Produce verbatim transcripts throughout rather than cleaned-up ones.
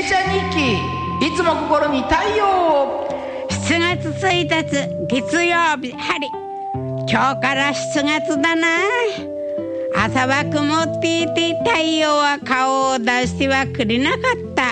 ちゃ日記、いつも心に太陽。 しちがつついたち月曜日、針今日からしちがつだな。朝は曇っていて太陽は顔を出してはくれなかった。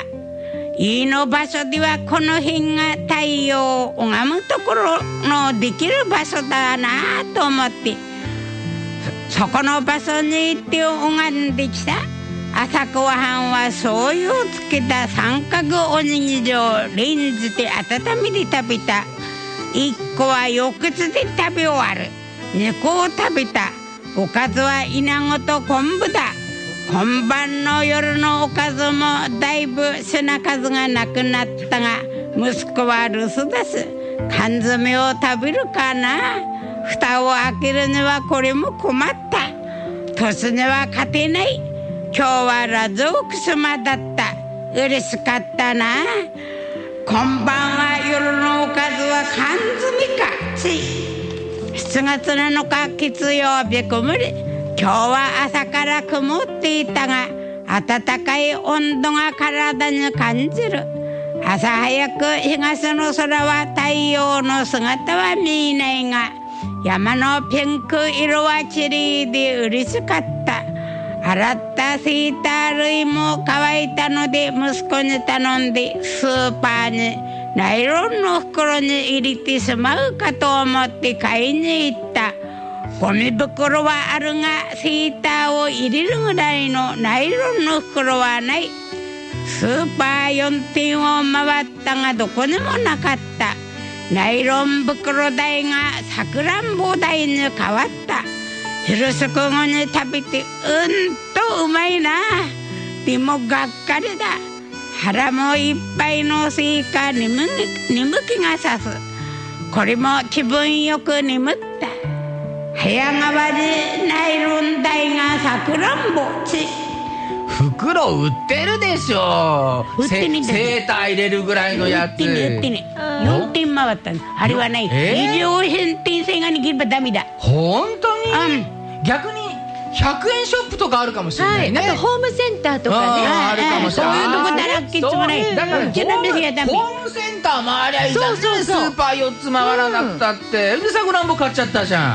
いいの場所ではこの辺が太陽を拝むところのできる場所だなと思って、そこの場所に行って拝んできた。朝ごはんは醤油をつけた三角おにぎりをレンジで温めて食べた。一個は翌日で食べ終わる。二個を食べた。おかずはイナゴと昆布だ。今晩の夜のおかずもだいぶ品数がなくなったが、息子は留守です。缶詰を食べるかな。蓋を開けるにはこれも困った。年には勝てない。今日はラジオクスマだった。嬉しかったな。今晩は夜のおかずは缶詰か。ちしちがつなのか月曜日、曇り。今日は朝から曇っていたが、暖かい温度が体に感じる。朝早く東の空は太陽の姿は見えないが、山のピンク色は綺麗で嬉しかった。洗ったセーター類も乾いたので息子に頼んでスーパーにナイロンの袋に入れてしまうかと思って買いに行った。ゴミ袋はあるがセーターを入れるぐらいのナイロンの袋はない。スーパーよんてんを回ったがどこにもなかった。ナイロン袋代がさくらんぼ代に変わった。昼食後に食べてうんとうまいな。でもがっかりだ。腹もいっぱいのせいか眠気、眠気がさす。これも気分よく眠った。早変わりナイロン台がさくらんぼち。 袋売ってるでしょ。 売ってねえセーター入れるぐらいのやつ。 売ってね売ってねよんてん回ったの。あれはない、 えー、 異常変転性が握ればダメだ。 本当に、 うん、 逆にひゃくえんショップとかあるかもしれないね、 はい、あとホームセンターとかね、 あ, あるかもしれない。 そういうとこだらけつもない。 だからうちの店はダメ。 ホームセンター回りゃいいじゃん。 そうそうそう、 スーパーよっつ回らなくたって、うん、でさくらんぼ買っちゃったじゃん。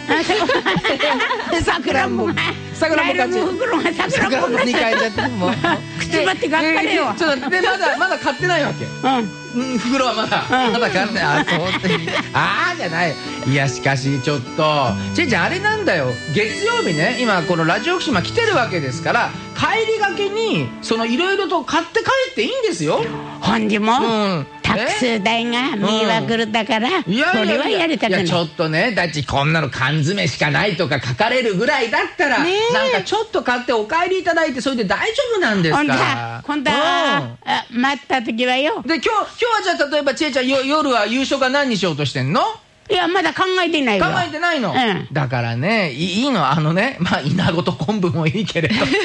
さくらんぼさくらんぼ買っちゃった。 袋がさくらんぼに変えちゃってもう口ばってがっかりよ。 ちょっとでまだまだ買ってないわけ。うん、袋はまだ、うん、まだ買ってない。あ、そうあーじゃない。いやしかしちょっとちえちゃんあれなんだよ。月曜日ね、今このラジオ福島来てるわけですから、帰りがけにそのいろいろと買って帰っていいんですよ。 ほんでも、 うん、 タクシー代が迷惑だから、うん、 いやいやいや、 それはやりたくない。 いやちょっとね、だってこんなの缶詰しかないとか書かれるぐらいだったら、ね、なんかちょっと買ってお帰りいただいてそれで大丈夫なんですから。 今度は、うん、待った時はよ。 で今日今日はじゃあ例えばちえちゃんよ夜は夕食は何にしようとしてんの？ いやまだ考えてないよ。 考えてないの、 うん、 だからね、いいのあのね、まあイナゴと昆布もいいけれどあ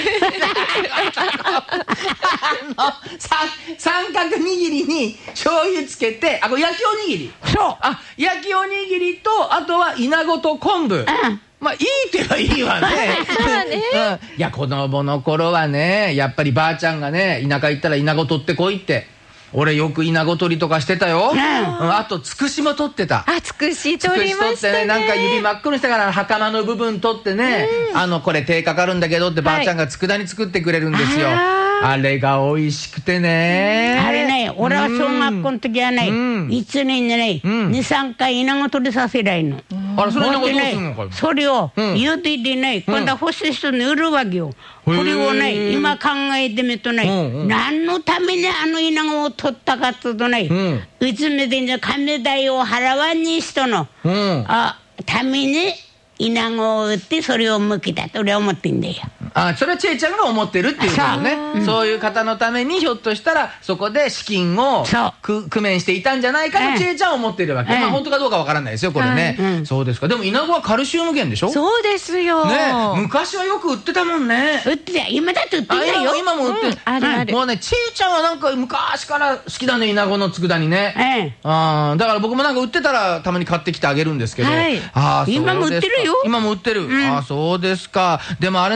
の三角握りに醤油つけて、あこれ焼きおにぎり。 そう、 あ焼きおにぎりとあとはイナゴと昆布、うん、まあいいってはいいわね。うん、いや子供の頃はね、やっぱりばあちゃんがね、田舎行ったらイナゴ取ってこいって、俺よくイナゴ取りとかしてたよ、うん、あとつくしも取ってた。 あつくし取りましたね。 つくし取ってね、なんか指真っ黒にしたから袴の部分取ってね、うん、あのこれ手かかるんだけどってばあちゃんが佃煮作ってくれるんですよ、はい、あれが美味しくてね、 あれね、俺は小学校の時はね、いちねんにね、にさんかいイナゴ取りさせられるの。 あれそれイナゴどうするのかよ。 それを茹でてね、今度は欲しい人に売るわけよ。これをね、今考えてみるとね、何のためにあのイナゴを取ったかっていうとね、うちめでね、金代を払わんに人のためにイナゴを売ってそれを向けたと俺は思ってんだよ。 あ、それはちえちゃんが思ってるっていうことね。そう、うん、そういう方のためにひょっとしたらそこで資金をく工面していたんじゃないかとちえちゃんは思ってるわけ、うん、まあ本当かどうかわからないですよこれね、うん、そうですか。でもイナゴはカルシウム源でしょ。 そうですよね。昔はよく売ってたもんね。 売ってた。今だって売ってたよ。 今も売ってる、うん、 あるある。 もうね、ちえちゃんはなんか昔から好きだね、イナゴの佃煮ね、ええ、あだから僕もなんか売ってたらたまに買ってきてあげるんですけど、はい、あそうですか。今も売ってるよ。今も売ってる、うん、あそうですか。でもあれなんですね、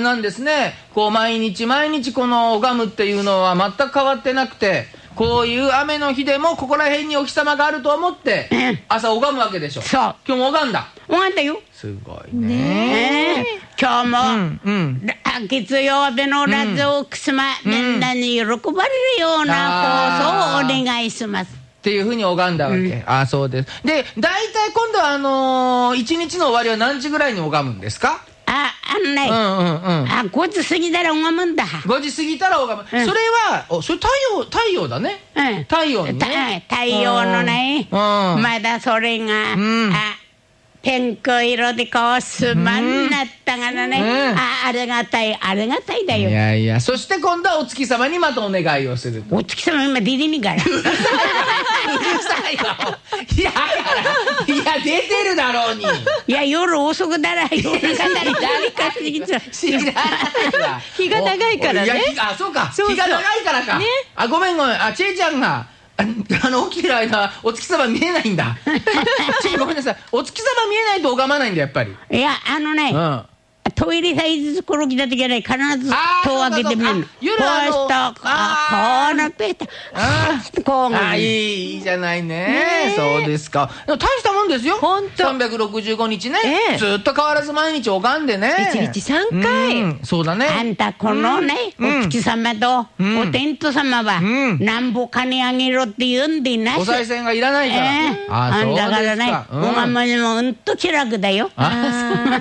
ね、こう毎日毎日この拝むっていうのは全く変わってなくて、こういう雨の日でもここら辺にお日様があると思って朝拝むわけでしょ。 そう。 今日も拝んだ。 拝んだよ。 すごいね。 ねえ、今日も、 うんうん、 月曜日のラジオ奥様、うん、みんなに喜ばれるような放送をお願いしますっていうふうに拝んだわけ、うん、ああそうです。で大体今度はあのー、一日の終わりは何時ぐらいに拝むんですか？ あ、あのね、うんうんうん、あ、ごじ過ぎたら拝むんだ。 ごじ過ぎたら拝む、うん、それはおそれ太陽太陽だね、うん、太陽にね、 太陽のね、うん、まだそれが、うん、あピンク色でこうすまんなったからね、うん、あ、ありがたいありがたいだよ。 いやいや、そして今度はお月様にまたお願いをすると。 お月様今出てねえからうるさいわいやいや出てるだろうに。 いや夜遅くだら夜中なり誰かしてきちゃう。 知らないわ日が長いからね。 あ、そうか、そうそう、日が長いからか、ね、あ、ごめんごめん、あ、ちえちゃんがあの起きてる間お月様見えないんだちょごめんなさい、お月様見えないと拝まないんだやっぱり。 いや、あのね、うん、トイレサイズころ来た時はね、必ず戸を開けてみるの。こうしたこのペータこうあ、いい、いいじゃないね。そうですか。でも大したもんですよ。 ほんとさんびゃくろくじゅうごにちね、えー、ずっと変わらず毎日拝んでね、 いちにちさんかい、 うん、そうだね。 あんたこのね、うん、お月様と、うん、お天道様は、うん、なんぼ金あげろって言うんでなし、 お賽銭がいらないから、 えー、あ、そうですか。だからね、うん、おままにもうんと気楽だよ。あ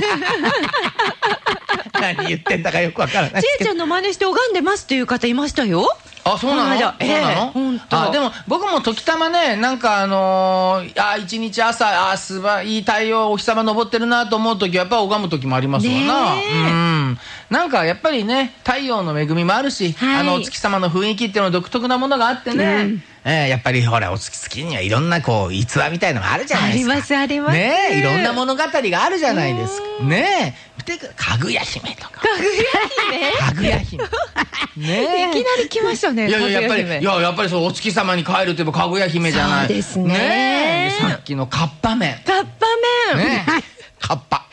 何言ってんだかよくわからない。 ちえちゃんの真似して拝んでますっていう方いましたよ。 あ、そうなの？そうなの？ えー、本当。 あ、でも僕も時たまね、なんかあのー、あ、一日朝、あ、すばいい太陽お日様昇ってるなと思う時はやっぱ拝む時もありますわな。うん。なんかやっぱりね、太陽の恵みもあるし、はい、あのお月様の雰囲気っていうのは独特なものがあってね。うん、えー、やっぱりほらお月月にはいろんなこう逸話みたいのがあるじゃないですか。 ありますあります。 ねえ、いろんな物語があるじゃないですか。ねえ、見てください、かぐや姫とか。 かぐや姫。 かぐや姫。ねえ。いきなり来ましたね。 いやいや、やっぱり、いややっぱりそう、お月様に帰るといえばかぐや姫じゃない。 そうですね。 ねえ、さっきのカッパ麺。 カッパ麺。 ねえ、カッパ。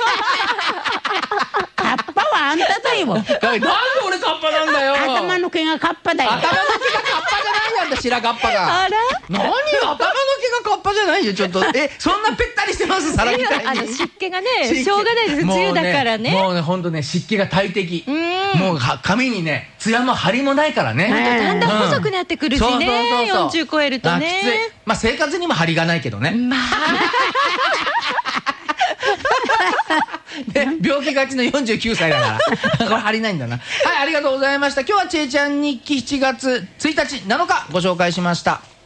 カッパはあんただよ。なんで俺カッパなんだよ。 頭の毛がカッパだよ。 頭の毛がカッパじゃないんだ、白カッパが。 あら？ 何？頭の毛がカッパじゃないよ、ちょっと。え、そんなぺったりしてます、皿みたいに。 あの湿気がね、しょうがないです。梅雨だからね。 もうね、ほんとね、湿気が大敵。もう髪にね、ツヤも張りもないからね。 だんだん細くなってくるしね。よんじゅう超えるとね。 まあ生活にも張りがないけどね。まあ。ね、病気がちのよんじゅうきゅうさいだからこれ張りないんだな。はい、ありがとうございました。今日はちえちゃん日記しちがつついたちなのかご紹介しました。